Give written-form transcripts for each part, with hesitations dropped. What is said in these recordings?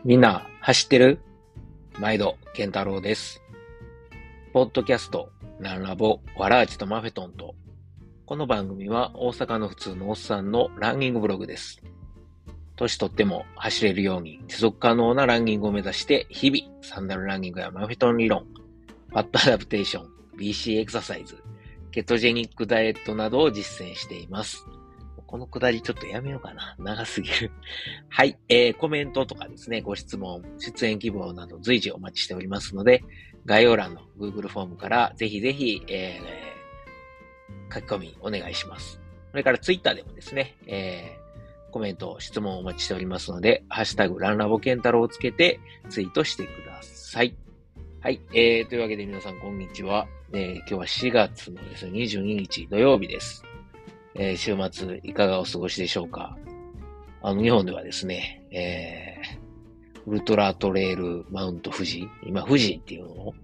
みんな走ってる？毎度健太郎です。ポッドキャスト、ランラボ、ワラーチとマフェトンと、この番組は大阪の普通のおっさんのランニングブログです。年取っても走れるように持続可能なランニングを目指して日々、サンダルランニングやマフェトン理論、ファットアダプテーション、BC エクササイズ、ケトジェニックダイエットなどを実践しています。このくだりちょっとやめようかな。長すぎる。はい。コメントとかですね、ご質問、出演希望など随時お待ちしておりますので、概要欄の Google フォームからぜひぜひ、書き込みお願いします。それから Twitter でもですね、コメント、質問をお待ちしておりますので、ハッシュタグランラボケンタロウをつけてツイートしてください。はい。というわけで皆さんこんにちは。今日は4月のですね、22日土曜日です。週末いかがお過ごしでしょうか。日本ではですね、ウルトラトレイルマウント富士、今富士っていうのを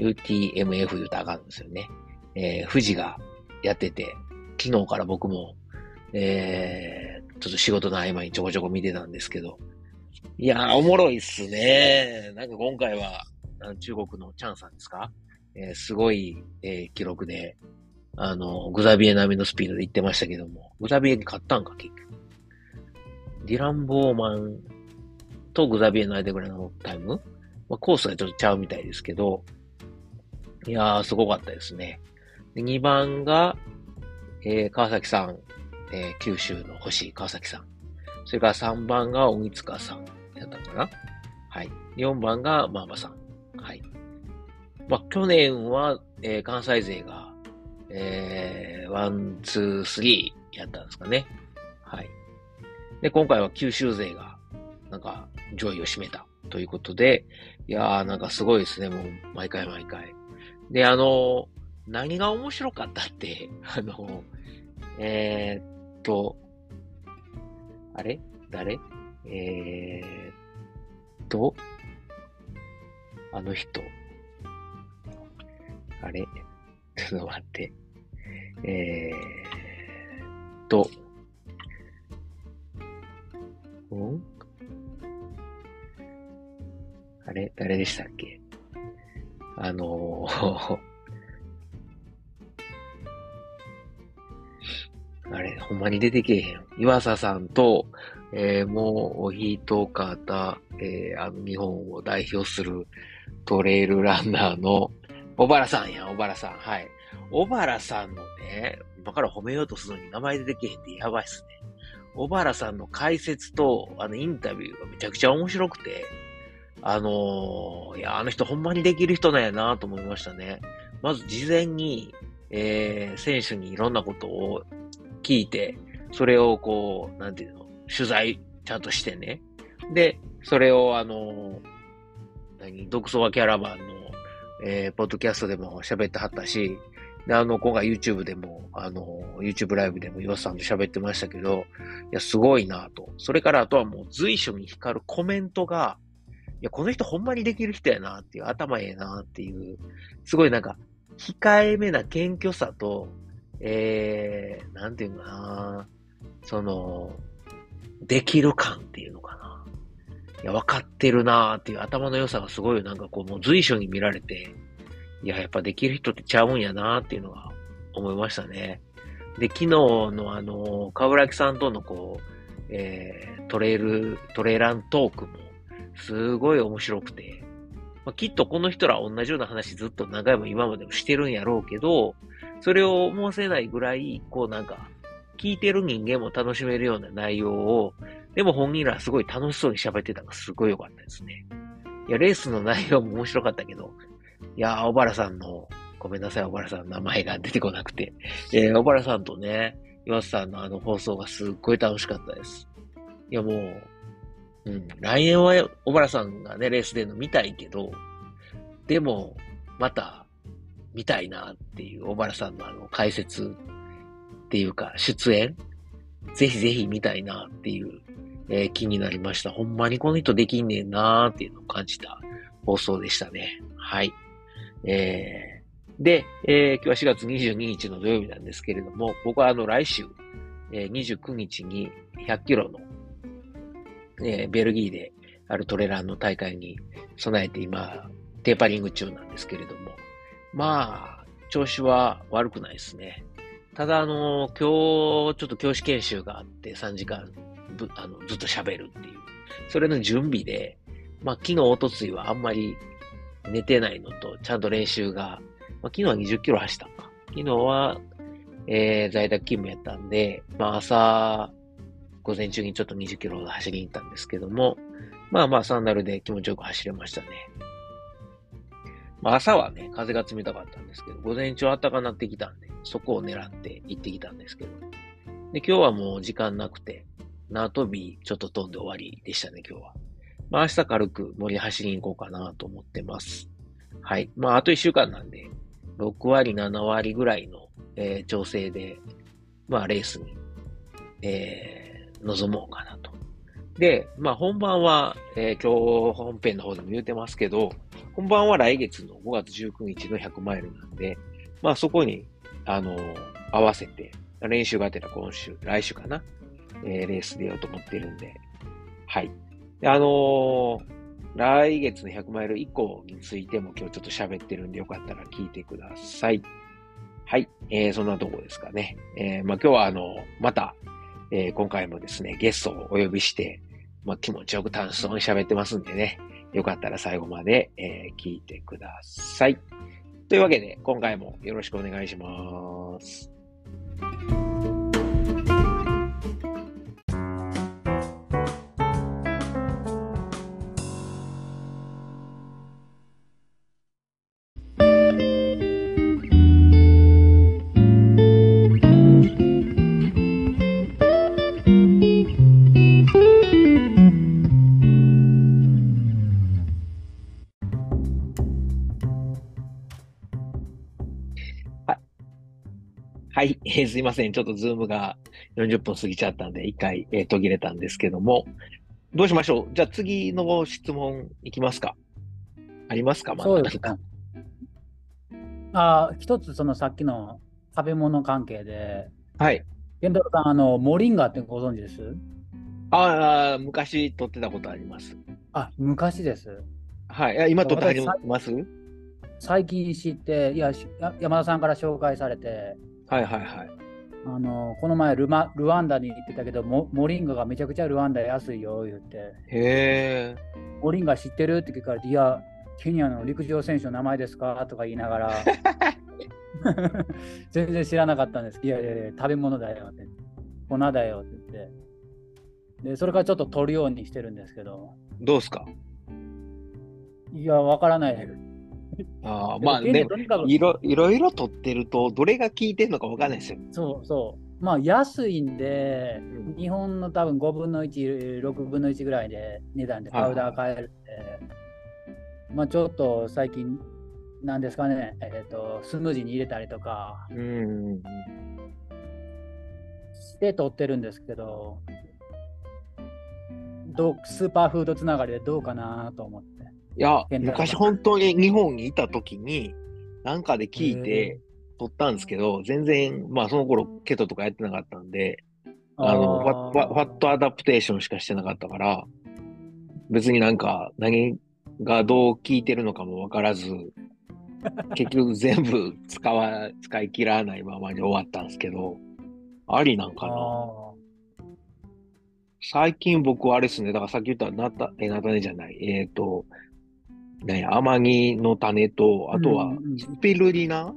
UTMF 言うたらあかんんですよね。富士がやってて、昨日から僕も、ちょっと仕事の合間にちょこちょこ見てたんですけど、いやー、おもろいっすね。なんか今回は、中国のチャンさんですか？すごい、記録で、グザビエ並みのスピードで行ってましたけども、グザビエに勝ったんか、結局。ディラン・ボーマンとグザビエの間ぐらいのタイム、コースがちょっとちゃうみたいですけど、いやー、すごかったですね。で2番が、川崎さん、九州の星川崎さん。それから3番が鬼塚さんやったかな。はい。4番がマーバさん。はい。去年は、関西勢が、ワン、ツー、スリーやったんですかね。はい。で、今回は九州勢が、なんか、上位を占めたということで、いやー、なんかすごいですね、もう、毎回毎回。で、何が面白かったって、えーっと、あれ誰えーっと、あの人。あれちょっと待って。えーっと、んあれ誰でしたっけ？あのーあれ、ほんまに出てけえへん。岩佐さんと、もうお一方、日本を代表するトレイルランナーの、小原さんや、小原さん。はい。小原さんのね、今から褒めようとするのに名前出てけへんってやばいっすね。小原さんの解説と、インタビューがめちゃくちゃ面白くて、いや、あの人ほんまにできる人なんやなと思いましたね。まず事前に、選手にいろんなことを聞いて、それをこう、なんていうの、取材ちゃんとしてね。で、それを独創はキャラバンの、ポッドキャストでも喋ってはったし、で、今回 YouTube でも、YouTube ライブでも岩佐さんと喋ってましたけど、いや、すごいなと。それからあとはもう随所に光るコメントが、いや、この人ほんまにできる人やなっていう、頭ええなっていう、すごいなんか、控えめな謙虚さと、なんていうのかな、その、できる感っていうのかな。いや、分かってるなーっていう頭の良さがすごいなんかこう、もう随所に見られて、いや、やっぱできる人ってちゃうんやなーっていうのが思いましたね。で、昨日の河村木さんとのこう、トレーラントークも、すごい面白くて、きっとこの人ら同じような話ずっと何回も今までもしてるんやろうけど、それを思わせないぐらい、こうなんか、聞いてる人間も楽しめるような内容を、でも本人らすごい楽しそうに喋ってたのがすごい良かったですね。いや、レースの内容も面白かったけど、いやー、小原さんの、ごめんなさい、小原さんの名前が出てこなくて、小原さんとね、岩瀬さんの放送がすっごい楽しかったです。いや、もう、来年は小原さんがね、レース出るの見たいけど、でも、また、見たいなっていう、小原さんの解説っていうか、出演ぜひぜひ見たいなっていう、気になりました。ほんまにこの人できんねんなーっていうのを感じた放送でしたね。はい。で、今日は4月22日の土曜日なんですけれども、僕は来週、29日に100キロの、ベルギーであるトレランの大会に備えて今、テーパリング中なんですけれども、まあ、調子は悪くないですね。ただ、今日、ちょっと教師研修があって3時間ずっと喋るっていう。それの準備で、まあ、昨日、おとついはあんまり寝てないのと、ちゃんと練習が、まあ、昨日は20キロ走ったのか。昨日は、在宅勤務やったんで、まあ、午前中にちょっと20キロ走りに行ったんですけども、まあまあ、サンダルで気持ちよく走れましたね。まあ、朝はね、風が冷たかったんですけど、午前中暖かくなってきたんで、そこを狙って行ってきたんですけど。で、今日はもう時間なくて、縄跳びちょっと飛んで終わりでしたね、今日は。まあ、明日軽く森走りに行こうかなと思ってます。はい。まあ、あと1週間なんで、6割、7割ぐらいの、調整で、まあ、レースに、臨もうかなと。で、まあ、本番は、今日本編の方でも言うてますけど、本番は来月の5月19日の100マイルなんで、まあ、そこに、合わせて、練習がてら来週かな、レース出ようと思ってるんで、はい。で来月の100マイル以降についても今日ちょっと喋ってるんで、よかったら聞いてください。はい。そんなとこですかね。まあ、今日はまた、今回もですね、ゲストをお呼びして、まあ、気持ちよく楽しそうに喋ってますんでね、よかったら最後まで、聞いてください。というわけで、今回もよろしくお願いします。はい、すいません。ちょっとズームが40分過ぎちゃったんで、一回、途切れたんですけども、どうしましょう。じゃあ次の質問いきますか。ありますか、まだそうですね。 なんか。 一つそのさっきの食べ物関係で、 はい。 健太郎さん、モリンガってご存知です？ 昔撮ってたことあります。 昔です。 はい。今撮って私、 始めます？ 最近知って、山田さんから紹介されて、 はいはいはい。 この前ルワンダに行ってたけど、モリンガがめちゃくちゃルワンダ安いよ、言って、 へえ。 モリンガ知ってるって聞かれて、いや、ケニアの陸上選手の名前ですかとか言いながら、全然知らなかったんです。いやいやいや、食べ物だよって、粉だよって言って。で、それからちょっと取るようにしてるんですけど、 どうすか？ いや、わからない。 まあ、 ケニでも、 アとにかく、 いろいろ撮ってると、どれが効いてんのかわかんないですよ。 そうそう、まあ安いんで、 うん。 日本の多分5分の1、6分の1ぐらいで値段でパウダーはいは買えるんで、まあちょっと最近、なんですかね、スムージーに入れたりとかい。うん。 して取ってるんですけど、スーパーフードつながりでどうかなと思って。 いや、 健太郎さん。 昔本当に日本にいた時に、なんかでへ聞いてえ。 撮ったんですけど、全然、まあその頃ケトとかやってなかったんで、 あファットアダプテーションしかしてなかったから、別になんか何がどう効いてるのかもわからず、結局全部使い切らないままに終わったんですけど、ありなんあ、 かな。 ああ、 最近僕はあれですね、だからさっき言った菜種じゃない、なんや、アマニの種と、 うんうあとはスん。 ピルリナ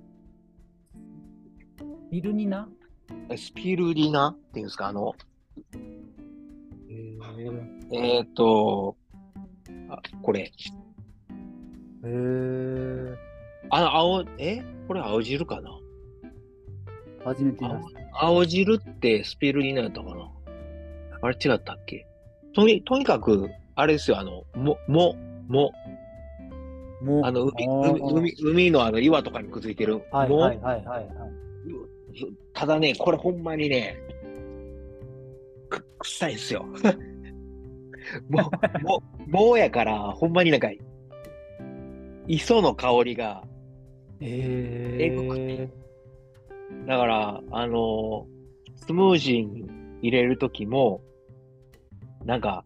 ビルニナ。 スピルリナっていうんですか、 へえ。 えっと、これ。 へえ。 これ青汁かな？ 初めて見ま青、 した。 青汁ってスピルリナやったかな？あれ違ったっけ？とにかく、あれですよ、も、海の岩とかにくっついてる、 はいはいはいはいはい。 ただね、これほんまにね、臭いんすよ。もうやから、ほんまになんか、磯の香りがえぐくて。 ええ。 だから、スムージーに入れるときも、なんか、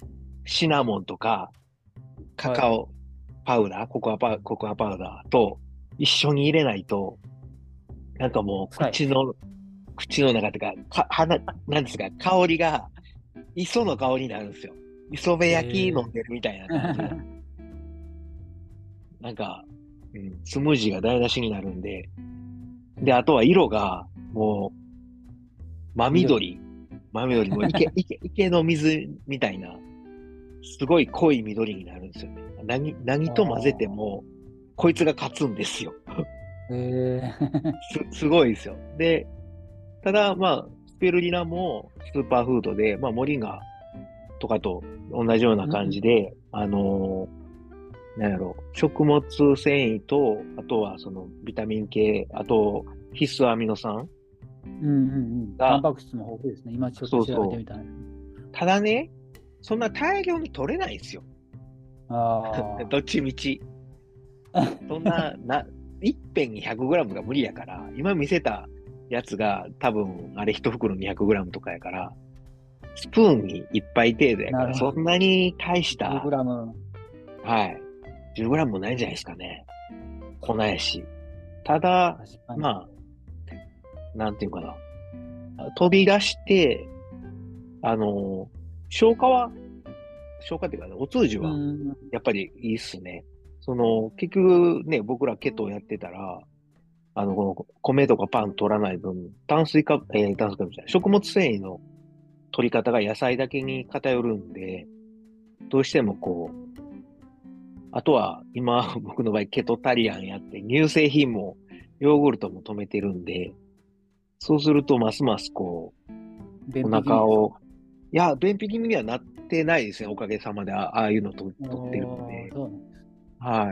シナモンとか、カはい。 カオパウダー、ココアパウダーと一緒に入れないと、なんかもう臭い。 口の中というか、なんですか、香りが、磯の香りになるんですよ。磯辺焼き飲んえでるみたいな感じで。 ー、 なんか、スムージーが台無しになるんで、で、あとは色が、もう、真緑。 緑。真緑、もう池の水みたいな、すごい濃い緑になるんですよね。何あと混ぜてあ。 も、こいつが勝つんですよ。 ー、 すごいですよ。で、ただ、まあ、スピルリナもスーパーフードで、まあ、モリンガとかと同じようなうんうん。 感じで、なんやろ、食物繊維と、あとはそのビタミン系、あと必須アミノ酸うんうんうん。タンが、 パク質も豊富ですね。今ちょっと調べてそうそう。 みたんです。 ただね、そんな大量に取れないんですよ。 あどっちみち。 あ。 そんな、一遍に 100g が無理やから、今見せたやつが多分、あれ一袋 200g とかやから、スプーンに一杯程度やから、 なるほど。 そんなに大した、 10グラム。 はい、10g もないんじゃないですかね。粉やし。ただ、 確かに。 まあ、なんていうかな。飛び出して、あの、消化は、消化っていうかね、お通じうは、 ん。 やっぱりいいっすね。結局ね、僕らケトをやってたら、この米とかパン取らない分、炭水化物じゃない、食物繊維の取り方が野菜だけに偏るんで、どうしてもこう、あとは今僕の場合ケトタリアンやって乳製品もヨーグルトも止めてるんで、そうするとますますこう、お便秘気味ですか？ 腹を、いや、便秘気味にはなってないですね。おかげさまでああいうのと取ってるんおー、 で。 そうなんです。 はい。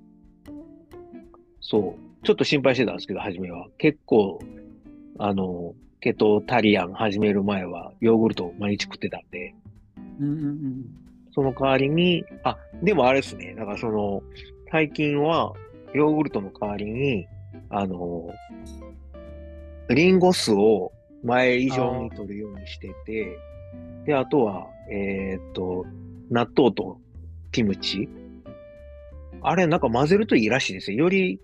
そう。ちょっと心配してたんですけど、初めは。結構、ケトタリアン始める前はヨーグルトを毎日食ってたんで、 うんうんうん。 その代わりに、でもあれですね。だから最近はヨーグルトの代わりに、あの、リンゴ酢を前以上にあ取るようにしてて、で、あとは、納豆とキムチ。あれ、なんか混ぜるといいらしいですよ。より、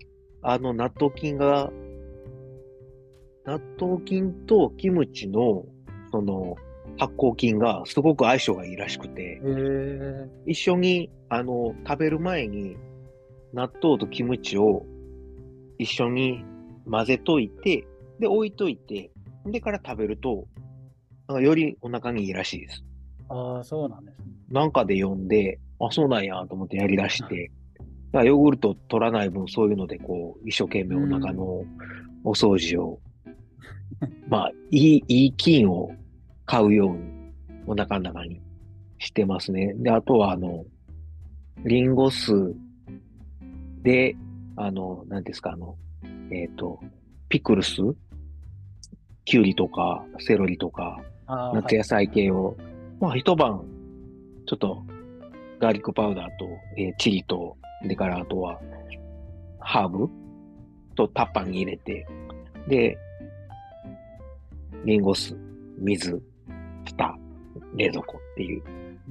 納豆菌とキムチの、その、発酵菌がすごく相性がいいらしくて、 ー、え一緒に、食べる前に納豆とキムチを一緒に混ぜといて、で、置いといて、でから食べると、なんかよりお腹にいいらしいです。 ああ、そうなんですね。 なんかで読んで、そうなんやと思ってやり出して、だからヨーグルト取らない分、そういうので、こう、一生懸命うお腹ん。 のお掃除を、まあ、いい菌を買うように、お腹の中にしてますね。で、あとは、リンゴ酢で、何ですか、えっと、ピクルス、キュウリとか、セロリとか、 ああ、はい。 夏野菜系を、まあ、一晩、ちょっと、ガーリックパウダーと、チリと、でからあとは、ハーブとタッパーに入れて、で、リンゴ酢、水、蓋、冷蔵庫っていううん。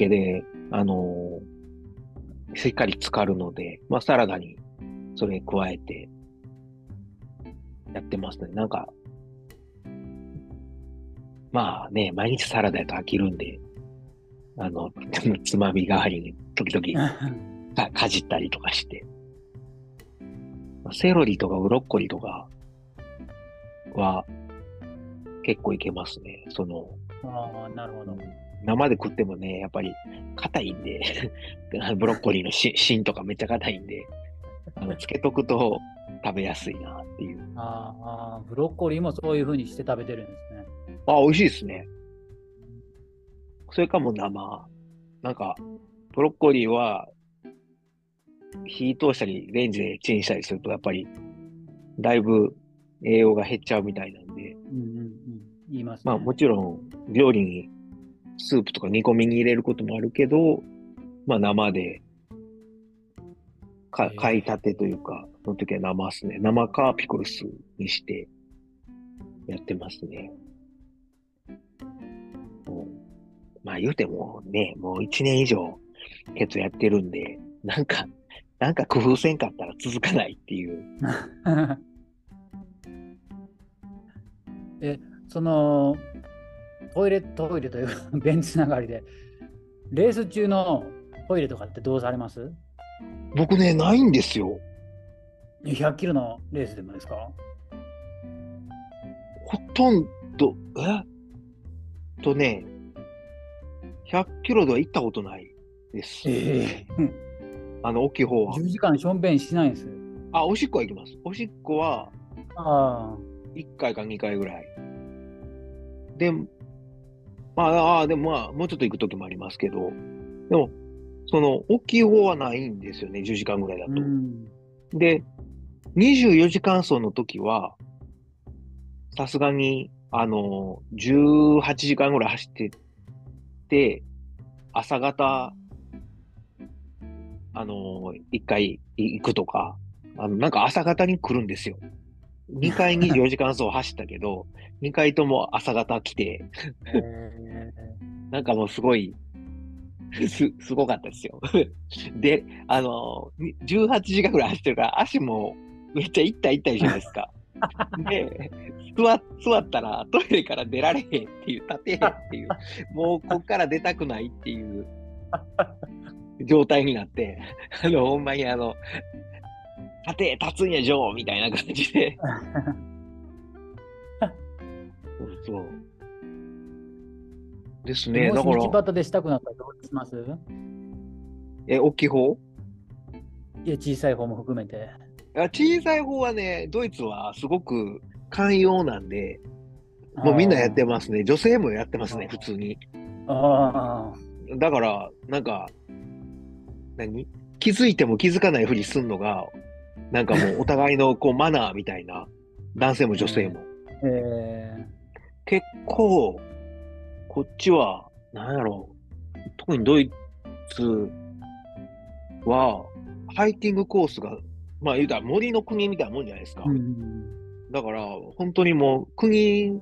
だけで、しっかり浸かるので、まあ、サラダにそれ加えてやってますね。なんか、まあね、毎日サラダやと飽きるんで、つまみ代わりに時々かじったりとかして、まあセロリとかブロッコリーとかは結構いけますね。 ああ、なるほど。 うん、生で食ってもね、やっぱり硬いんでブロッコリーの芯とかめっちゃ硬いんで、つけとくと食べやすいなっていう。 ああ、ブロッコリーもそういうふうにして食べてるんですね。 美味しいですね。それかも生。なんか、ブロッコリーは火通したり、レンジでチンしたりすると、やっぱり、だいぶ栄養が減っちゃうみたいなんで、 うんうんうん。言いますまあね。 もちろん、料理にスープとか煮込みに入れることもあるけど、まあ生で、買いたええ、 てというか、その時は生っすね。生かピクルスにしてやってますね。うん、 まあ言うてもね、もう1年以上、ケツやってるんで、なんか工夫せんかったら続かないっていう。 え、その、トイレというか、ベンチ上がりで、レース中のトイレとかってどうされます？ 僕ね、ないんですよ。 100キロのレースでもですか？ ほとんど、ね、100キロでは行ったことないです。 ええ。 大きい方は。 10時間しょんべんしないんです。 あ、おしっこは行きます。おしっこはあ 1回か2回ぐらい。で、でももうちょっと行くときもありますけど、でも、その、大きい方はないんですよね、10時間ぐらいだうと。 ん。 で、24時間走の時は、さすがに、18時間ぐらい走ってて、朝方、1回行くとか、なんか朝方に来るんですよ。2回24時間走走ったけど、2回とも朝方来て、なんかもうすごい、すごかったですよ。で、18時間ぐらい走ってるから足もめっちゃ痛い痛いじゃないですか。で、座ったらトイレから出られへんっていう、立てへんっていう、もうこっから出たくないっていう状態になって、ほんまに立つんや、ジョーみたいな感じで。そう。ですね。 もしだから、 道端でしたくなったらどうします？ 大きい方？ いや、小さい方も含めて。 小さい方はね、ドイツはすごく寛容なんで、 あもうみんなやってあ。 ますね。女性もやってますね、普あ通に。 あ。 だから、なんか、何気づいても気づかないふりすんのが、なんかもうお互いのこうマナーみたいな、男性も女性えも。 ー、え結構、こっちは、なんやろう、特にドイツは、ハイキングコースが、まあ言うたら森の国みたいなもんじゃないですか。 うん。 だから、本当にもう国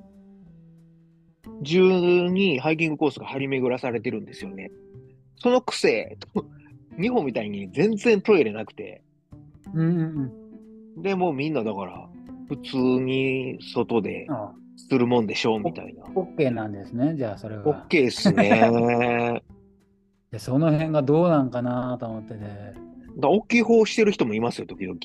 中にハイキングコースが張り巡らされてるんですよね。そのくせ、日本みたいに全然トイレなくて、 うん。うん。 で、もうみんなだから、普通に外であ、 するもんでしょうみたいな。 オッケーなんですね、じゃあそれが。 OK っすね。 で、その辺がどうなんかなと思ってて。 大きい方してる人もいますよ、時々。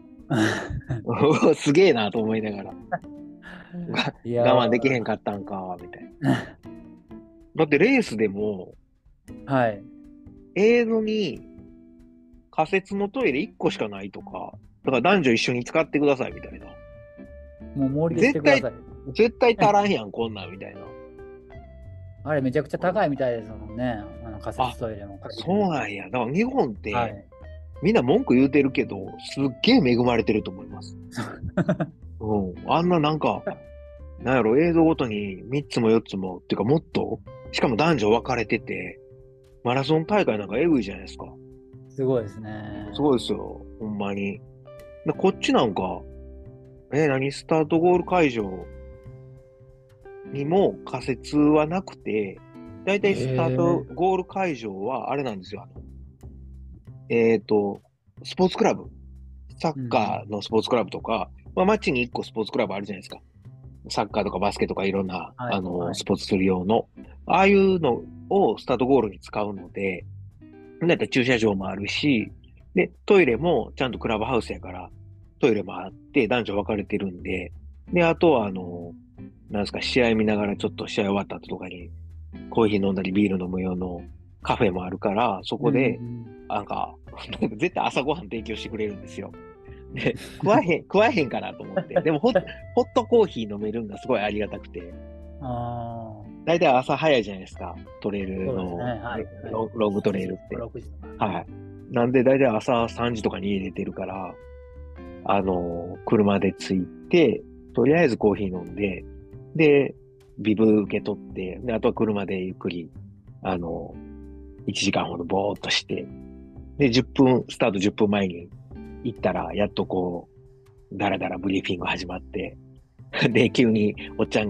すげえなと思いながら。 いや我慢できへんー、 かったんか、みたいな。だってレースでも、 はい。 映像に仮設のトイレ1個しかないとか、だから男女一緒に使ってくださいみたいな。 もう森でして絶対、 ください。 絶対足らんやん、こんなんみたいな。 あれめちゃくちゃ高いみたいですもんね。仮あ、 設トイレも借りそうるの。 なんや。だから日本ってはい。 みんな文句言うてるけど、すっげえ恵まれてると思います。うん。あんななんか、なんやろ、映像ごとに3つも4つも、っていうかもっと、しかも男女分かれてて、マラソン大会なんかエグいじゃないですか。 すごいですね。 すごいですよ、ほんまに。でこっちなんか、スタートゴール会場にも仮設はなくて、だいたいスタートええ。 ゴール会場はあれなんですよ。えっと、スポーツクラブ。サッうん。 カーのスポーツクラブとか、まあ、街に1個スポーツクラブあるじゃないですか。サッカーとかバスケとかいろんな、 はい。はい。 スポーツする用の。ああいうのをスタートゴールに使うので、だったら駐車場もあるし、で、トイレもちゃんとクラブハウスやから、トイレもあって、男女分かれてるんで、で、あとは、なんですか、試合見ながらちょっと試合終わった後とかに、コーヒー飲んだりビール飲む用のカフェもあるから、そうこで、 ん。 なんか、絶対朝ごはん提供してくれるんですよ。で、食わへんかなと思って。でもホットコーヒー飲めるのがすごいありがたくて、 ああ、 だいたい朝早いじゃないですか。トレイルそうですね。 の、 はい。はい。 ロングト 7時とかレイルって。 6時とか。はい。 はい。なんでだいたい朝3時とかに家出てるから、車で着いて、とりあえずコーヒー飲んで、で、ビブ受け取って、で、あとは車でゆっくり、あの、1時間ほどぼーっとして、で、スタート10分前に行ったら、やっとこう、だらだらブリーフィング始まって、で、急におっちゃんが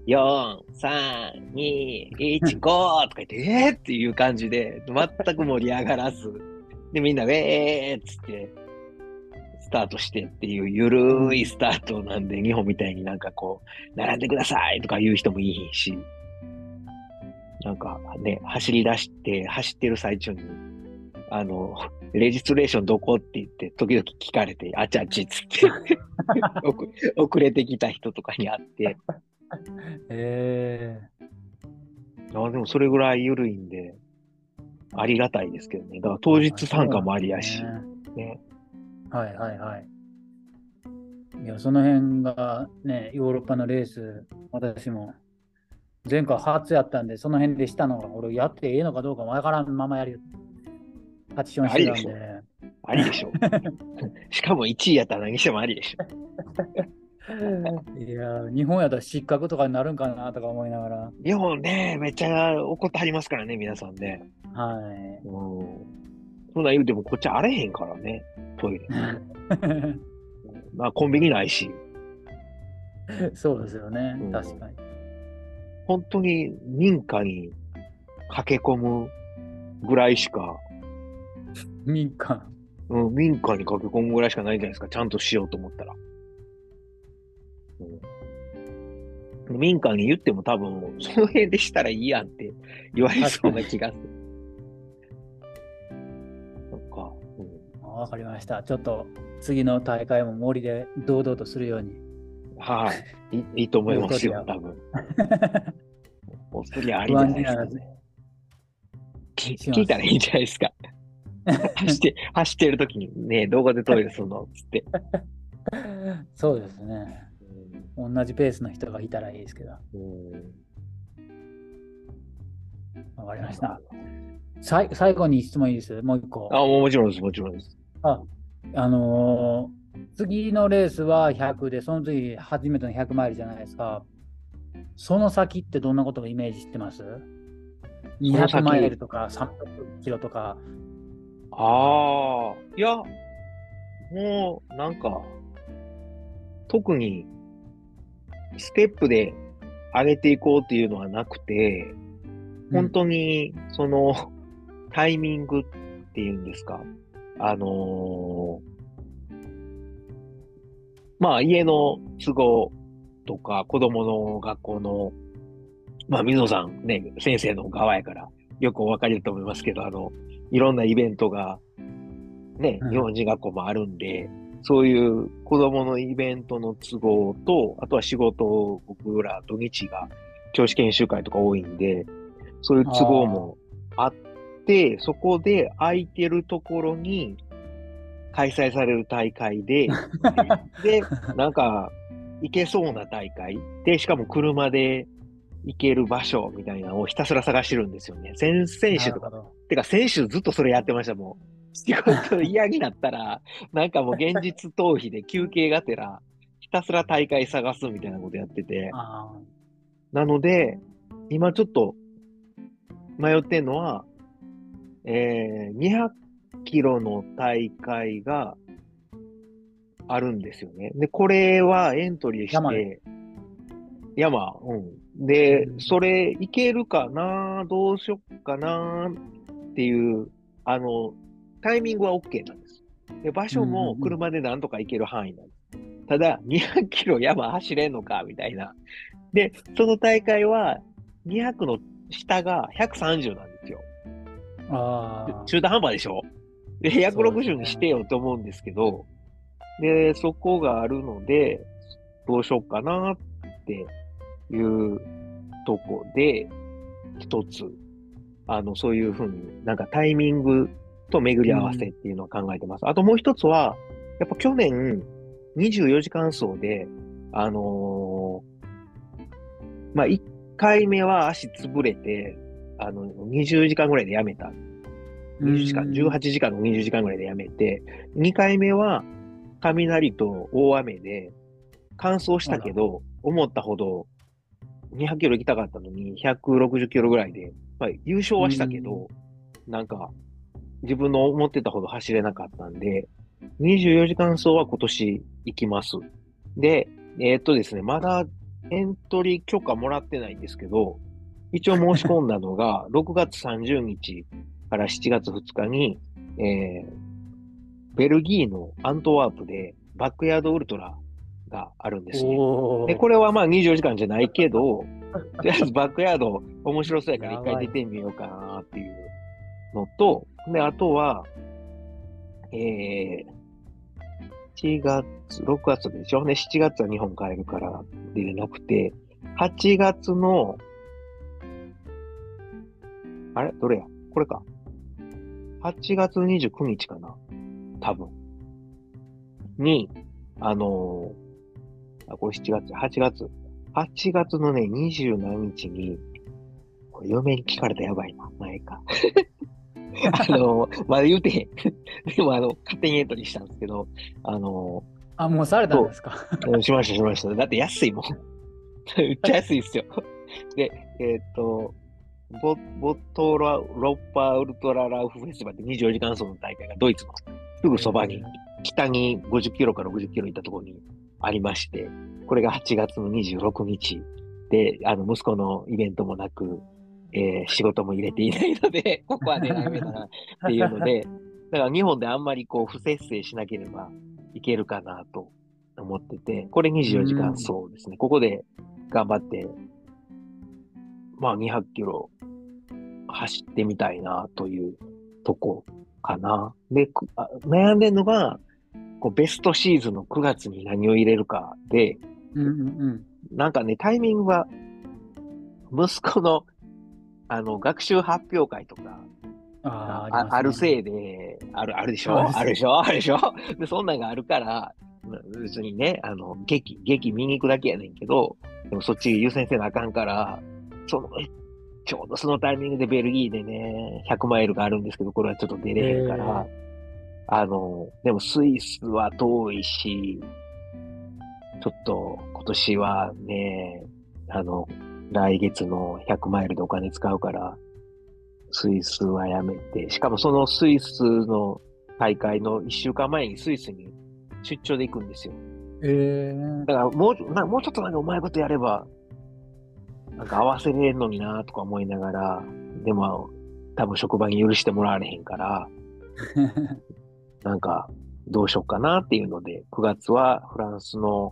4、3、2、1、5とか言って、っていう感じで、全く盛り上がらず、で、みんな、っつって、スタートしてっていう、ゆるいスタートなんで、日本みたいになんかこう、並んでくださいとか言う人もいいし、なんかね、走り出して、走ってる最中に、あの、レジストレーションどこって言って、時々聞かれて、あっちあっちっつって遅れてきた人とかに会って、 えでもそれぐらい緩いんで、ありがたいですけどね。だから当日参加もありやし、ね。 はいはいはい。いや、その辺がね、ヨーロッパのレース、私も前回初やったんで、その辺でしたのが、俺やってええのかどうかわからんままやる、パティションしてありでしょ。 たんで。 ありでしょ。しかも1位やったら何してもありでしょ。 いや、日本やったら失格とかになるんかなとか思いながら。 日本ね、めっちゃ怒ってはりますからね、皆さんね。 はうん。そんなん言うてもこっち荒れへんからね、トイレ。 い。 まあコンビニないし。 そうですよね、 うん確かに。 本当に民家に駆け込むぐらいしか、 民間。 民家に駆け込むぐらいしかないんじゃないですか、ちゃんとしようと思ったら。民間に言っても多分、その辺でしたらいいやんって言われそうな気がする。そっか。 わかりました。ちょっと次の大会も森で堂々とするように。 はい。いいと思いますよ、多分。オーストリアありじゃないですかね。聞いたらいいんじゃないですか。走ってる時にね、動画でトイレするのつって。 そうですね。同じペースの人がいたらいいですけど。わかりました。最後に質問いいです。もう一個。 もちろんです、もちろんです。 次のレースは100で、その次初めての100マイルじゃないですか。その先ってどんなことをイメージしてます？ 200 マイルとか300キロとか。 いや、もうなんか、特にステップで上げていこうっていうのはなくて、本当にそのタイミングっていうんですか。まあ家の都合とか子供の学校の、まあ水野さんね、先生の側やからよくお分かりだと思いますけど、いろんなイベントがね、日本人学校もあるんで、そういう子供のイベントの都合と、あとは仕事、僕ら土日が教師研修会とか多いんで、そういう都合もあって、そこで空いてるところに開催される大会で、で、なんか行けそうな大会で、しかも車で行ける場所みたいなのをひたすら探してるんですよね。先々週とか。てか先週ずっとそれやってました、もう。仕事嫌になったら、なんかもう現実逃避で休憩がてら、ひたすら大会探すみたいなことやってて。なので、今ちょっと迷ってんのは、200キロの大会があるんですよね。で、これはエントリーして、山、で、それいけるかなどうしよっかなっていう、タイミングは OK なんです。で、場所も車でなんとか行ける範囲なんです。ただ、200キロ山走れんのかみたいな。で、その大会は、200の下が130なんですよ。中途半端でしょ？で、160にしてよと思うんですけど、で、そこがあるので、どうしようかなっていうとこで、一つ、そういうふうになんかタイミングと巡り合わせっていうのを考えてます。あともう一つは、やっぱ去年、24時間走で、まあ、1回目は足潰れて、20時間ぐらいでやめた。20時間、18時間の20時間ぐらいでやめて、2回目は雷と大雨で乾燥したけど、思ったほど200キロ行きたかったのに160キロぐらいで、まあ、優勝はしたけど、なんか自分の思ってたほど走れなかったんで、24時間走は今年行きます。で、ですね、まだエントリー許可もらってないんですけど、一応申し込んだのが、6月30日から7月2日に、えーベルギーのアントワープでバックヤードウルトラがあるんですね。で、 おー、 これはまあ24時間じゃないけど、とりあえずバックヤード面白そうやから一回やばい。 出てみようかなっていうのと、で、あとは、え7月、6月でしょね、7月は日本帰るから出れなくて、8月の、あれどれやこれか。8月29日かな多分。に、あのこれ7月、8月。8月のね、20何日に、これ嫁に聞かれたらやばいな、前か。まだ言うてへん。でも勝手にエントリーしたんですけど、あのあ、もうされたんそですか？ しました、しました。だって安いもん。めっちゃ安いっすよ。で、ボトラ、ロッパーウルトララウフフェスティバルって24時間走の大会がドイツのすぐそばに、北に50キロか60キロ行ったところにありまして、これが8月の26日で、息子のイベントもなく、仕事も入れていないので、ここは狙い目だなっていうので、だから日本であんまりこう不節制しなければいけるかなと思ってて、これ24時間走ですね。ここで頑張って、まあ200キロ走ってみたいなというとこかな。で、悩んでるのが、こうベストシーズンの9月に何を入れるかで、 うんうんうん。 なんかね、タイミングは、息子の、学習発表会とかああ、 があありますね。 るせいで、あるでしあるせい。 ょあるでしょあるでしょで、そんなんがあるから、別にね、劇見に行くだけやねんけど、でもそっち優先せなあかんから、その、ちょうどそのタイミングでベルギーでね、100マイルがあるんですけど、これはちょっと出れへんから、 えでもスイスは遠いし、ちょっと今年はね、あの、来月の100マイルでお金使うから、スイスはやめて、しかもそのスイスの大会の1週間前にスイスに出張で行くんですよ。だからもうちょっとなんかうまいことやれば、なんか合わせれんのになとか思いながら、でも多分職場に許してもらわれへんから、なんかどうしようかなっていうので、9月はフランスの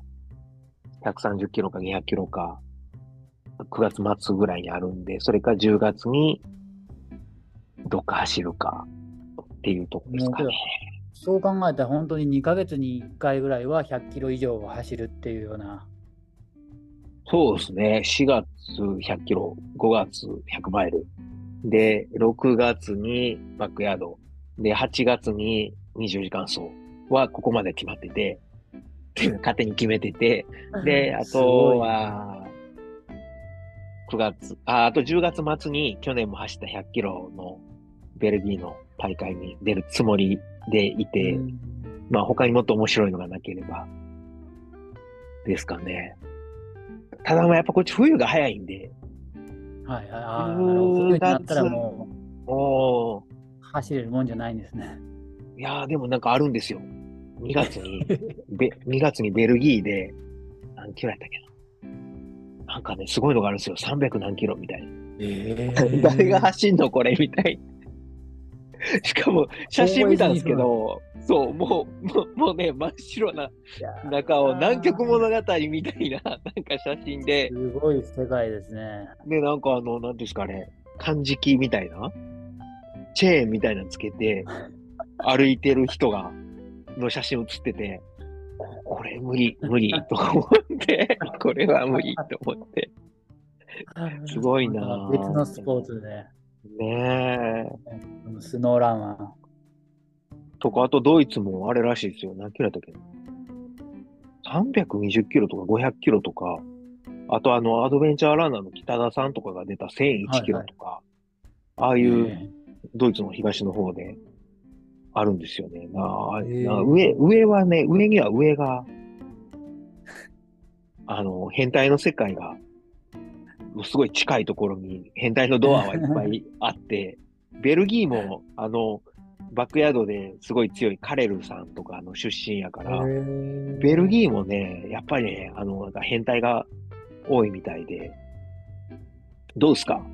130キロか200キロか、9月末ぐらいにあるんで、それか10月にどっか走るかっていうとこですかね。 もうけど、そう考えたら本当に2ヶ月に1回ぐらいは100キロ以上を走るっていうような。 そうですね。4月100キロ、5月100マイル。で、6月にバックヤード。で、8月に24時間走はここまで決まってて、勝手に決めてて、で、あすごい。 とは、9月、あと10月末に去年も走った100キロのベルギーの大会に出るつもりでいて、まあ他にもっと面白いのがなければですかね。ただまあやっぱこっち冬が早いんで、 はいはい。ああ、なるほど。 10 冬になったら月、 もおー、 う走れるもんじゃないんですね。 いやーでもなんかあるんですよ。2月にベルギーで、何キロやったっけな。なんかね、すごいのがあるんですよ。300何キロみたいな。誰がええ、 走んのこれみたいな。しかも、写真凍え見たんですずに行くの。 けど、そう、もうね、真っ白ないや中を南極物ー、 語みたいな、なんか写真で、 すごい世界ですね。 で、なんかなんですかね、漢字機みたいな、チェーンみたいなのつけて、歩いてる人の写真写ってて、これ無理、と思って、これは無理、と思って、すごいなまた別のスぁって。 ポーツで、 ねえ。 スノーランは。 とか、あとドイツもあれらしいですよ。何キロだったっけな？ 320 キロとか500キロとか、あとアドベンチャーランナーの北田さんとかが出た1001キロはいはい。 とか、ああいうえドイツの東の方であるんですよね。 え上には上が、変態の世界が、すごい近いところに変態のドアはいっぱいあって、ベルギーも、バックヤードですごい強いカレルさんとかの出身やかえら、ベルー、 ギーもね、やっぱりね、なんか変態が多いみたいで、どうですか？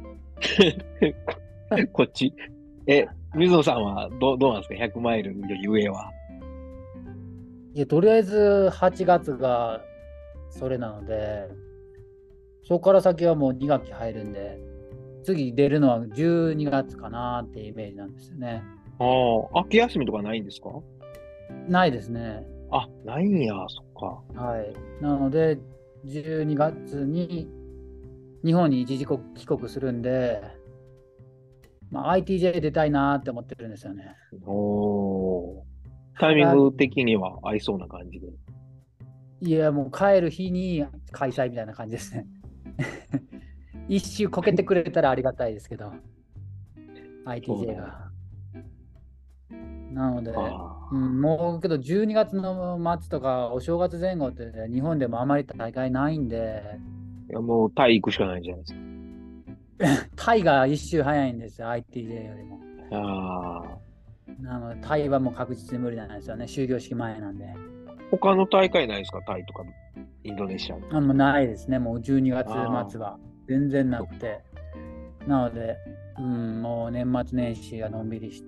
こっち。水野さんはどうなんですか？ 100 マイルより上は。 いや、とりあえず8月がそれなので、そこから先はもう2学期入るんで、次出るのは12月かなっていうイメージなんですよね。 ああ、秋休みとかないんですか？ ないですね。 あ、ないんや、そっか。 はい。なので、12月に日本に一時帰国するんで、まあ、ITJ 出たいなって思ってるんですよね。 おー。タイただ、 ミング的には合いそうな感じで。 いや、もう帰る日に開催みたいな感じですね。一周こけてくれたらありがたいですけど、 そうだ ITJ よ。 が。なのあで、 あ。 もうけど12月の末とかお正月前後って日本でもあまり大会ないんで、 いや、もうタイ行くしかないんじゃないですタイが一周早いんですよ、ITJ よりも。 か。ああ。 なので、タイはもう確実に無理なんですよね、終業式前なんで。 他の大会ないですか？タイとかインドネシア。 もうないですね、もう12月あ末は全然なそっか。 くて。なので、もう年末年始はのんびりして、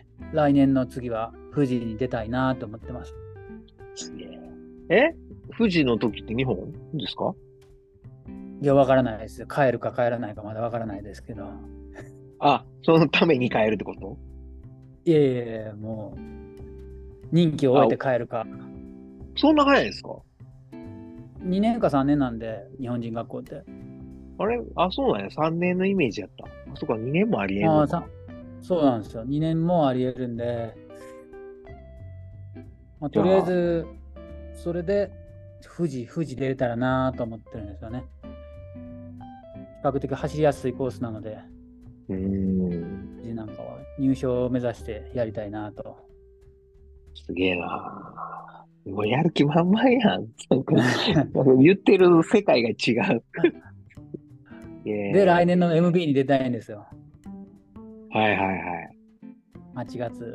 来年の次は富士に出たいなと思ってます。 すげえ。富士の時って日本ですか？ いや、わからないです。帰るか帰らないかまだわからないですけど。 あ、そのために帰るってこと？ いえいえいえ、もう任期を終あ、 えて帰るか。 そんな早いですか？ 2年か3年なんで、日本人学校って。 あれあ、そうなんや。3年のイメージやった。あ、そっか、2年もありえんのああ、 か。 そうなんですよ。2年もあり得るんで、まあ、とりあえじゃあ、 ず、それで富士出れたらなと思ってるんですよね。比較的走りやすいコースなので、 うーん、 富士なんかは入賞を目指してやりたいなと。 すげえな。もうやる気満々やん。言ってる世界が違う。 で、来年えの MB に出たいんですよ。 はいはいはい。 8月。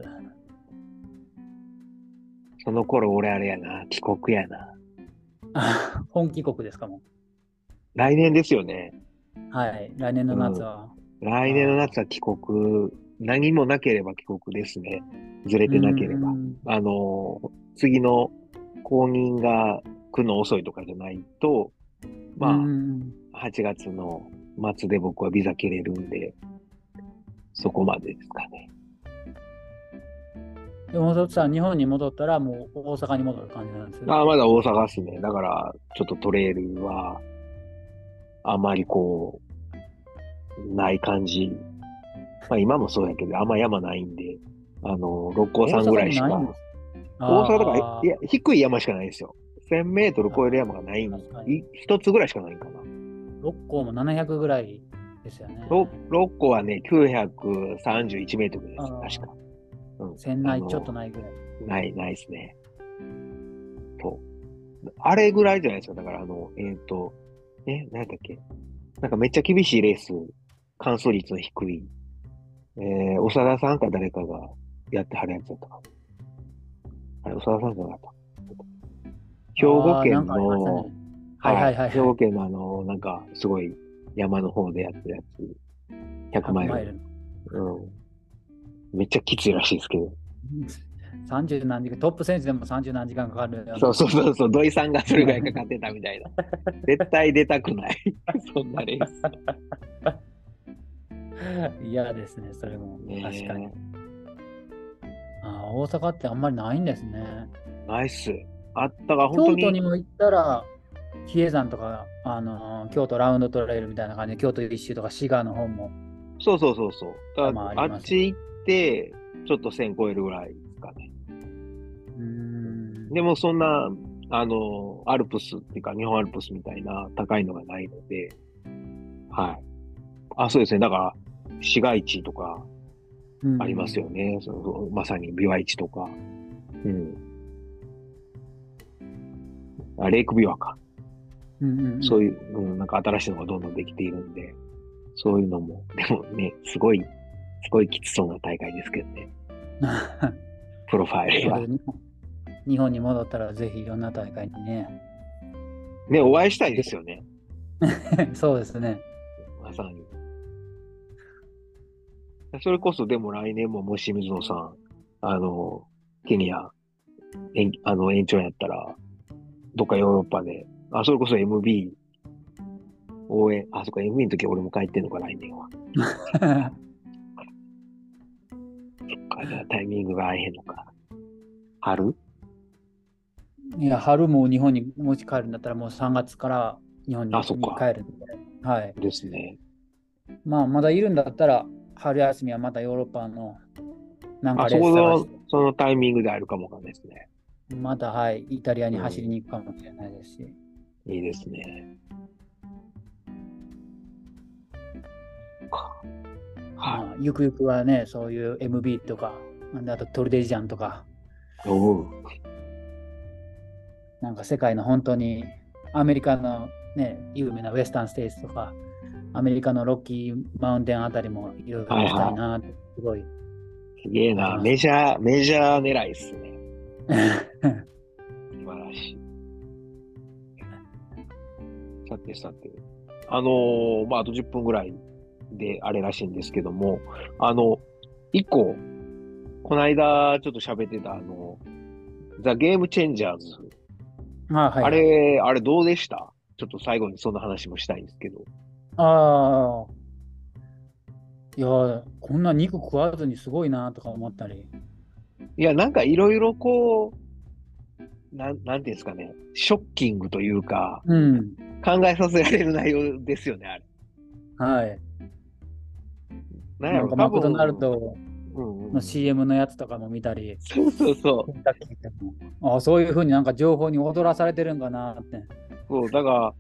その頃俺あれやな。帰国やな。 本帰国ですかも。 来年ですよね。 はい。来年のうん。 夏は。 来年のあ夏は帰国。何もなければ帰国ですね。ずれうてなければ。 ん。 次の後任が来るの遅いとかじゃないと、 うまん。 あ、8月の末で僕はビザ切れるんで、そこまでですかね。 でも、そしたら日本に戻ったらもう大阪に戻る感じなんですよ。 ああ、まだ大阪っすね。だから、ちょっとトレイルは、あまりこう、ない感じ。まあ今もそうやけど、あんま山ないんで、六甲山ぐ大阪らいしか。 にないんです。 大阪とか、いあや、低い山しかないんですよ。1000メートル超える山がないん、 確かに。 一つぐらいしかないんかな。 六甲も700ぐらいですよね。 六甲はね、931メートルです。 あ確か。うん。 1000ない、ちょっとないぐらい。 ないですね。そう。あれぐらいじゃないですか。だから何だっけ。なんかめっちゃ厳しいレース、完走率の低い、長田さんか誰かがやってはるやつだったかな。あれ、長田さんじゃなかった。兵庫なん県かありましたね。 の、 はいはい、 はいはいはい。 兵庫県のなんか、すごい山の方でやってるやつ、100 100 マイル。 マイルの。 うん。めっちゃきついらしいですけど。 30何時間、トップ選手でも30何時間かかるようそうな。 そうそうそう、土井さんがそれぐらいかかってたみたいな。絶対出たくない。そんなレース。 嫌ですね、それも。確かに。 ね大阪ってあんまりないんですね。 え。ナイス。あったが、本当京都に、 にも行ったら、比叡山とか、京都ラウンドトレイルみたいな感じで、京都一周とか滋賀の方もそうそうそうそう。 山あありますよ。 っち行って、ちょっと1000超えるぐらいですかね。 うーん。 でもそんな、アルプスっていうか、日本アルプスみたいな高いのがないので、はい。あ、そうですね。だから、市街地とかありますよね。まさにビワイチとか。うん。レイクビワか。そういう、なんか新しいのがどんどんできているんで、そういうのも、でもね、すごいきつそうな大会ですけどね。プロファイルは。 日本に戻ったらぜひいろんな大会にね。 ね、お会いしたいですよね。 そうですね。 まさに。それこそでも来年ももし水野さん、あの、ケニア、延長やったら、どっかヨーロッパで、それこそ MB 応援、そっか、MB の時俺も帰ってんのか、来年は。そっか、じゃあタイミングが合えへんのか。春いや、春も日本にもし帰るんだったらもう3月から日本そっにか。 帰るんで、はい。 ですね。 まあ、まだいるんだったら、春休みはまたヨーロッパのなんかレースそこの、 探して、 そのタイミングであるかもわかんないですね。 また、はい、イタリアに走りうに行くかもしれないですし、 ん。いいですね。かはい。 まあ、ゆくゆくはね、そういう MB とか、あとトルデジャンとか、 おう。 なんか世界の本当にアメリカのね、有名なウェスタンステイツとか、アメリカのロッキーマウンテンあたりもいろいろ行きたいはいはなって、すごいい。すげえな。 あります。 メジャー狙いっすね。素晴らしい。さてさて。あと10分ぐらいであれらしいんですけども、一個、この間ちょっと喋ってたザ・ゲームチェンジャーズ。 はいはい。 あれどうでした？ちょっと最後にその話もしたいんですけど。 ああ、いや、こんな肉食わずにすごいなとか思ったり。 いや、なんかいろいろこう、なんていうんですかね、ショッキングというか、 うん。 考えさせられる内容ですよね、あれ。 はい。 なんやろ、 なんか多マクドナル分、 ドのうんうん。 CM のやつとかも見たり、 そうそうそう。 ケンタッキーでもそういうふうになんか情報に踊らされてるんかなって。 そう、だから、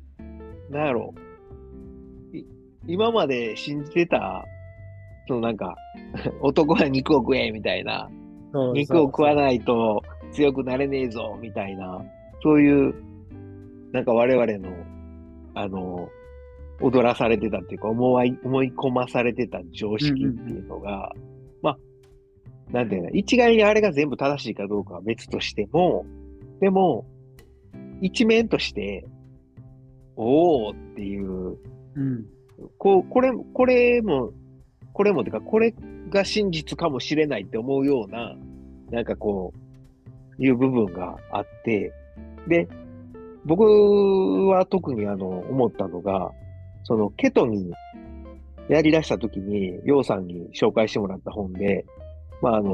なんやろ、い今まで信じてた、そのなんか、男は肉を食え、みたいな、 そう肉をそうそ食わないと強くなれねえぞ、みたいな、そういう、なんか我々の、あの、踊らされてたっていうか、思い込まされてた常う。うんうん識っていうのが、まあ、なんていうの、一概にあれが全部正しいかどうかは別としても、でも、一面として、おーっていう、 うん。うん。 これもてか、これが真実かもしれないって思うような、なんかこう、いう部分があって、で、僕は特に思ったのが、そのケトにやり出した時に、ヨウさんに紹介してもらった本で、まあ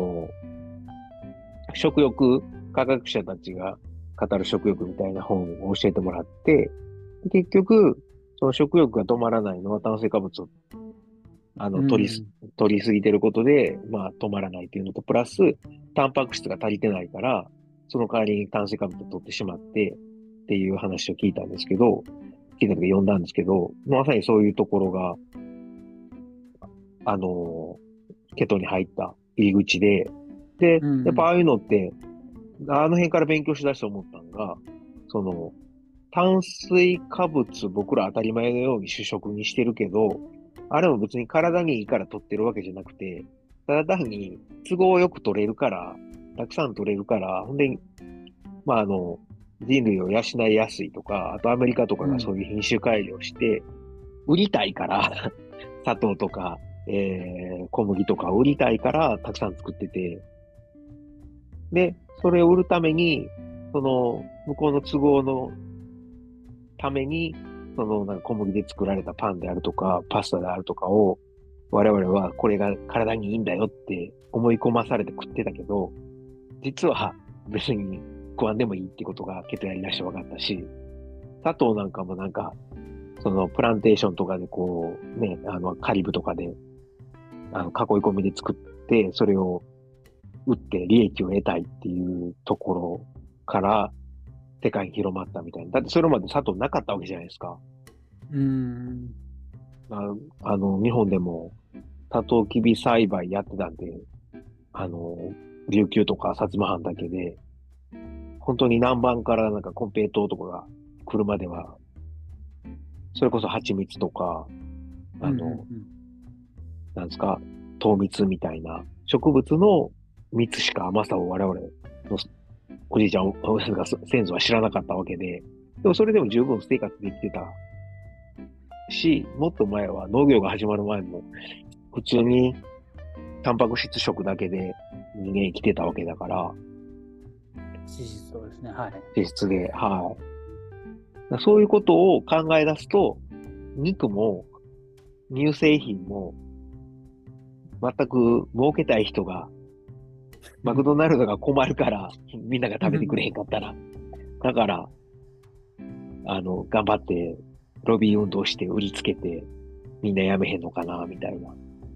食欲、科学者たちが語る食欲みたいな本を教えてもらって、結局、その食欲が止まらないのは炭水化物をうん。 取りすぎてることで、まあ止まらないっていうのと、プラス、タンパク質が足りてないから、その代わりに炭水化物を取ってしまってっていう話を聞いたんですけど、聞いた時読んだんですけど、まさにそういうところが、あの、ケトに入った入り口で、で、 うん。 やっぱああいうのって、あの辺から勉強しだして思ったのが、その、炭水化物僕ら当たり前のように主食にしてるけど、あれも別に体にいいから取ってるわけじゃなくて、ただ単に都合よく取れるから、たくさん取れるから、ほんで、まあ人類を養いやすいとか、あとアメリカとかうん。 がそういう品種改良して、売りたいから砂糖とか、小麦とか売りたいからたくさん作ってて、で、それを売るために、その、向こうの都合のために、その、なんか小麦で作られたパンであるとか、パスタであるとかを、我々はこれが体にいいんだよって思い込まされて食ってたけど、実は別に食わんでもいいってことがケトやりだして分かったし、砂糖なんかもなんか、そのプランテーションとかでこう、ね、カリブとかで、囲い込みで作って、それを売って利益を得たいっていうところから世界に広まったみたいな。だってそれまで砂糖なかったわけじゃないですか。 うん。 あ日本でもサトウキビ栽培やってたんで、あの、琉球とか薩摩藩だけで、本当に南蛮からなんかコンペイトウとかが来るまでは、それこそ蜂蜜とか、 うん。 あの、 うん。 なんですか、糖蜜みたいな植物の蜜しか甘さを我々のおじいちゃん、先祖は知らなかったわけで、でもそれでも十分生活できてたし、もっと前は農業が始まる前も、普通にタンパク質食だけで人間生きてたわけだから、 脂質そうですね。はい。 脂質で、はい。そういうことを考え出すと、肉も乳製品も全く儲けたい人が、マクドナルドが困るから、みんなが食べてくれへんかったら。だから、頑張ってロビー運動して売りつけて、みんなやめへんのかな、みたいな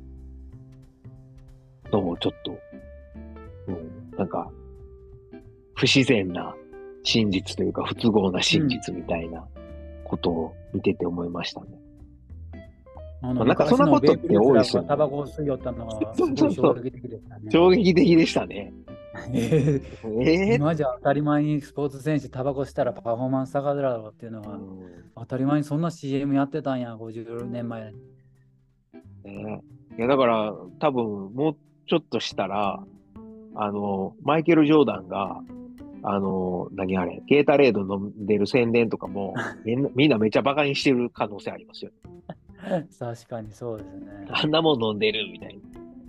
のもちょっと、なんか、不自然な真実というか、不都合な真実みたいなことを見てて思いましたね。なんかそんなことって多いですよね。 タバコを吸い寄ったのはすそうごい衝そうそう。 撃的でしたね。 衝撃的でしたね。 今じゃ当たり前にスポーツ選手タバコしたらパフォーマンス下がるだろうっていうのは、当たり前にそんな CM やってたんや、50年前に。 いや、だから多分もうちょっとしたら、マイケル・ジョーダンが、何あれ、ゲータレード飲んでる宣伝とかも、みんなめっちゃバカにしてる可能性ありますよ。 確かにそうですね。 あんなもん飲んでるみたいな。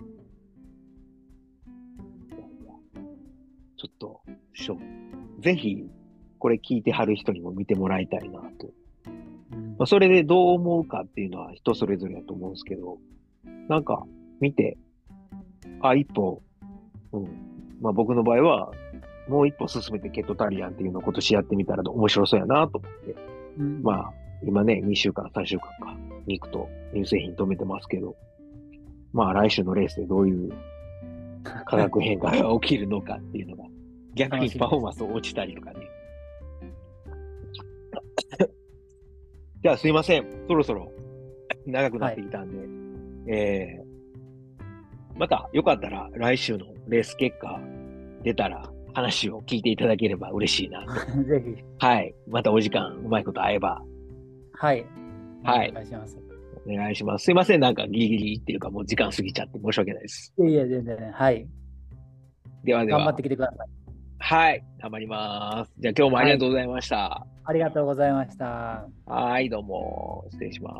ちょっと、ぜひ、これ聞いてはる人にも見てもらいたいなと。それでどう思うかっていうのは人それぞれだと思うんですけど、なんか、見て、一歩、僕の場合は、もう一歩進めてケトタリアンっていうのを今年やってみたら面白そうやなと思って。今ね、2週間、3週間か、肉と乳製品止めてますけど、来週のレースでどういう化学変化が起きるのかっていうのが、逆にパフォーマンス落ちたりとかね。じゃあすいません。そろそろ長くなってきたんで、またよかったら来週のレース結果出たら話を聞いていただければ嬉しいなと。 ぜひ。 はい。またお時間うまいこと合えば。 はい。 はい。 お願いします。 お願いします。すいません。なんかギリギリっていうかもう時間過ぎちゃって申し訳ないです。 いや全然。はい。 ではでは。 頑張ってきてください。 はい。頑張ります。じゃあ今日もありがとうございました。 ありがとうございました。 はい、どうも。失礼します。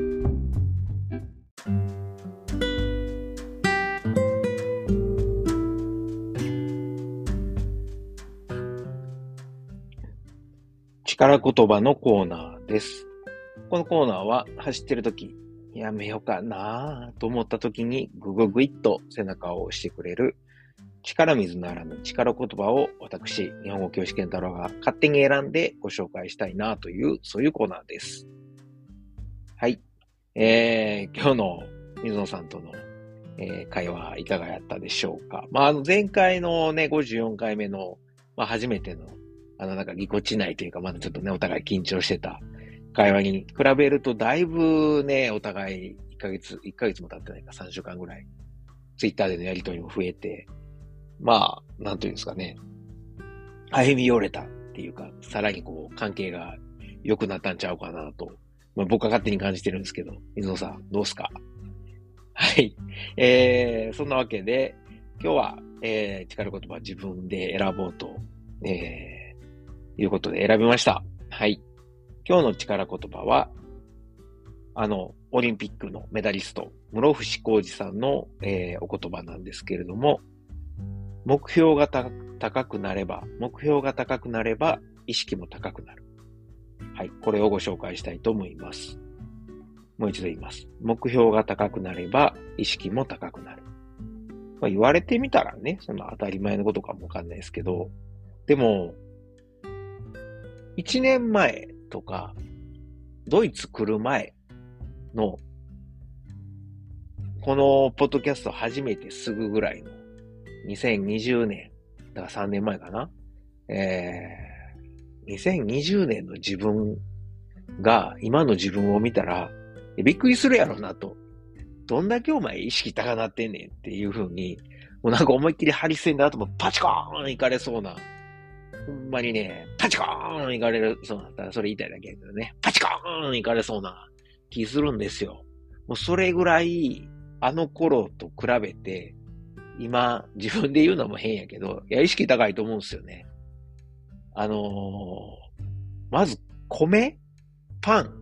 力言葉のコーナーです。このコーナーは走ってるとき、やめようかなと思ったときにグググイッと背中を押してくれる力水ならぬ力言葉を私、日本語教師健太郎が勝手に選んでご紹介したいなという、そういうコーナーです。はい。今日の水野さんとの、会話いかがやったでしょうか。前回のね、54回目の、初めての、なんかぎこちないというか、まだちょっとね、お互い緊張してた会話に比べると、だいぶね、お互い1ヶ月も経ってないか、3週間ぐらい、ツイッターでのやりとりも増えて、なんというんですかね、歩み寄れたっていうか、さらにこう、関係が良くなったんちゃうかなと、僕は勝手に感じてるんですけど、水野さん、どうすか？はい。そんなわけで、今日は、力言葉自分で選ぼうと、いうことで選びました。はい。今日の力言葉は、オリンピックのメダリスト、室伏広治さんの、お言葉なんですけれども、目標が高くなれば、意識も高くなる。はい。これをご紹介したいと思います。もう一度言います。目標が高くなれば、意識も高くなる。言われてみたらね、その当たり前のことかもわかんないですけど、でも、1年前とか、ドイツ来る前の、このポッドキャスト初めてすぐぐらいの、2020年、だから3年前かな。2020年の自分が今の自分を見たら、びっくりするやろなと。どんだけお前意識高なってんねんっていう風に、もうなんか思いっきりハリセンで頭パチコーンいかれそうな。ほんまにね、パチコーンいかれるそうだったらそれ言いたいだけだけどね。パチコーンいかれそうな気するんですよ。もうそれぐらい、あの頃と比べて、今、自分で言うのも変やけど、いや、意識高いと思うんですよね。まず、米パン、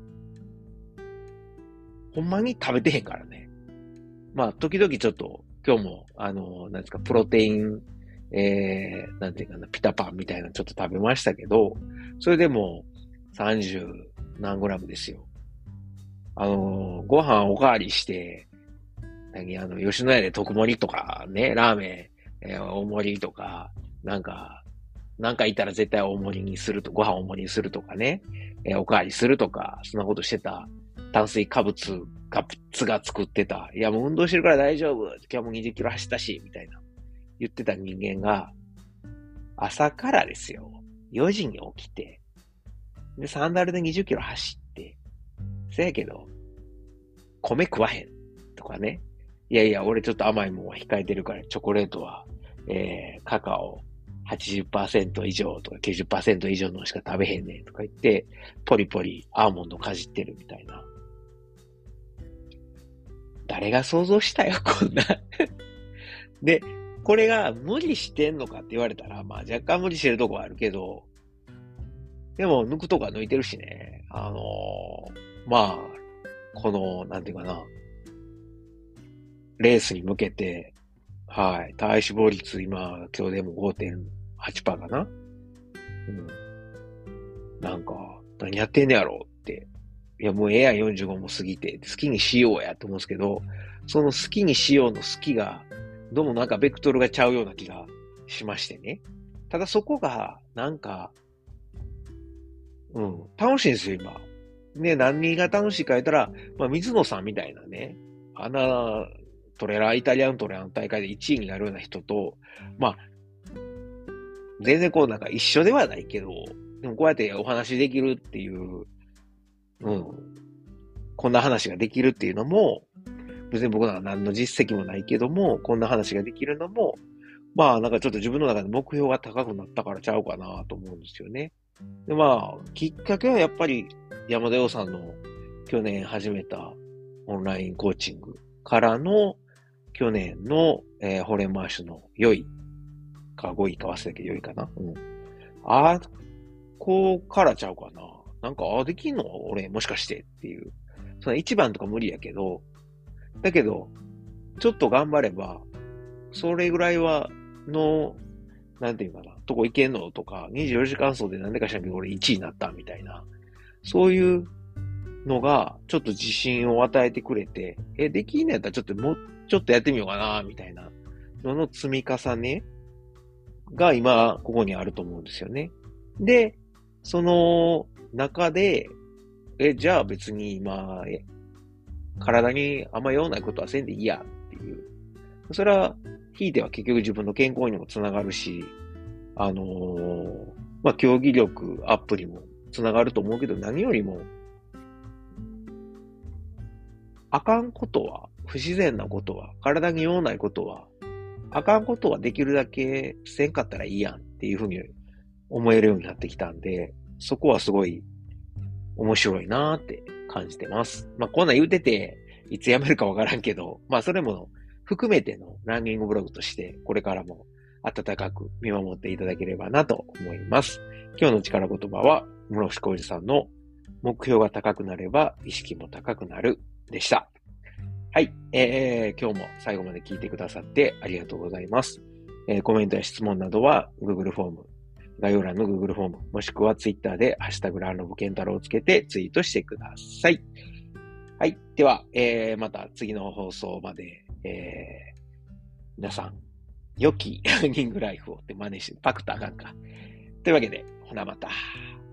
ほんまに食べてへんからね。まあ、時々ちょっと、今日も、なんですか、プロテイン、なんていうかな、ピタパンみたいなのちょっと食べましたけど、それでも30何グラムですよ。ご飯おかわりして、吉野家で特盛りとかね、ラーメン、大盛りとか、なんかいたら絶対大盛りにすると、ご飯大盛りにするとかね、おかわりするとか、そんなことしてた炭水化物が作ってた。いや、もう運動してるから大丈夫。今日も20キロ走ったし、みたいな。言ってた人間が、朝からですよ。4時に起きて、で、サンダルで20キロ走って、せやけど、米食わへん。とかね。いやいや、俺ちょっと甘いもんは控えてるから、チョコレートは、カカオ80% 以上とか90% 以上のしか食べへんねんとか言って、ポリポリアーモンドかじってるみたいな。誰が想像したよ、こんな。で、これが無理してんのかって言われたら、まあ若干無理してるとこはあるけど、でも抜くとこは抜いてるしね。まあ、この、なんていうかな、レースに向けて、はい、体脂肪率今日でも 5.8% かな。うん。なんか、何やってんねやろって。いや、もうええやん45も過ぎて、好きにしようやと思うんですけど、その好きにしようの好きが、どうもなんかベクトルがちゃうような気がしましてね。ただそこが、なんか、楽しいんですよ、今。ね、何が楽しいか言ったら、まあ、水野さんみたいなね、イタリアントレラン大会で1位になるような人と、まあ、全然こうなんか一緒ではないけど、でもこうやってお話できるっていう、こんな話ができるっていうのも、別に僕なんか何の実績もないけども、こんな話ができるのも、まあなんかちょっと自分の中で目標が高くなったからちゃうかなと思うんですよね。でまあ、きっかけはやっぱり山田洋さんの去年始めたオンラインコーチングからの去年の、ホレンマーシュの良いか5位か忘れたけど良いかな。こうからちゃうかな。なんか、できんの俺もしかしてっていう。その1番とか無理やけど、だけど、ちょっと頑張れば、それぐらいは、なんていうかな、とこ行けんのとか、24時間走でなんでか知らんけど俺1位になったみたいな。そういうのが、ちょっと自信を与えてくれて、できんのやったらちょっともうちょっとやってみようかな、みたいなのの積み重ねが今、ここにあると思うんですよね。で、その中で、じゃあ別に今、体にあんま用ないことはせんでいいやっていう。それは、ひいては結局自分の健康にもつながるし、まあ、競技力アップにもつながると思うけど、何よりも、あかんことは、不自然なことは、体に用ないことは、あかんことはできるだけせんかったらいいやんっていうふうに思えるようになってきたんで、そこはすごい面白いなーって感じてます。まあ、こんなん言うてて、いつ辞めるかわからんけど、まあ、それも含めてのランニングブログとして、これからも温かく見守っていただければなと思います。今日の力言葉は、室伏浩二さんの目標が高くなれば意識も高くなるでした。はい、今日も最後まで聞いてくださってありがとうございます。コメントや質問などは Google フォーム、概要欄の Google フォーム、もしくは Twitter でハッシュタグランロブケンタロウをつけてツイートしてください。はい。では、また次の放送まで、皆さん、良きランニングライフをって真似して、パクったらあかんか。というわけで、ほなまた。